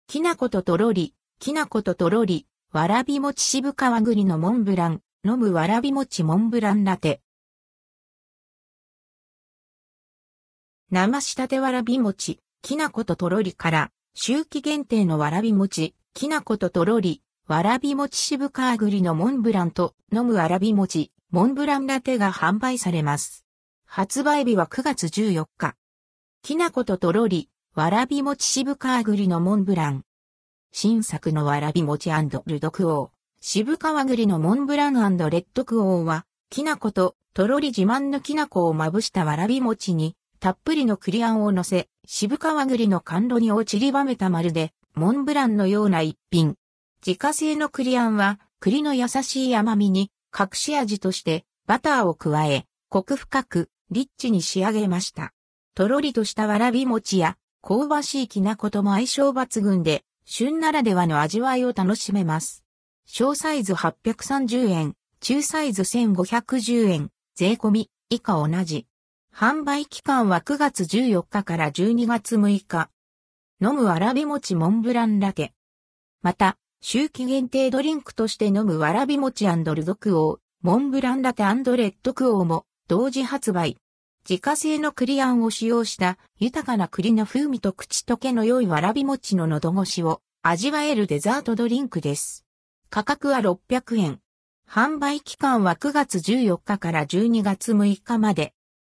きなこととろり、きなこととろり、わらび餅渋皮栗のモンブラン、飲むわらび餅モンブランラテ。生仕立てわらび餅、きなこととろりから、秋季限定のわらび餅、きなこととろり、わらび餅渋皮栗のモンブランと、飲むわらび餅、モンブランラテが販売されます。発売日は9月14日。きなこととろり、わらび餅渋皮栗のモンブラン。新作のわらび餅&ルドクオー。渋皮栗のモンブラン&レッドクオーは、きなこと、とろり自慢のきな粉をまぶしたわらび餅に、たっぷりの栗あんを乗せ、渋皮栗の甘露煮を散りばめたまるで、モンブランのような一品。自家製の栗あんは、栗の優しい甘みに、隠し味として、バターを加え、コク深く、リッチに仕上げました。とろりとしたわらび餅や、香ばしいきな粉とも相性抜群で、旬ならではの味わいを楽しめます。小サイズ830円、中サイズ1510円、税込み、以下同じ。販売期間は9月14日から12月6日。飲むわらび餅モンブランラテ。また、秋季限定ドリンクとして飲むわらび餅&ルドクオー、モンブランラテ&レッドクオーも同時発売。自家製の栗あんを使用した豊かな栗の風味と口溶けの良いわらび餅の喉越しを味わえるデザートドリンクです。価格は600円。販売期間は9月14日から12月6日まで。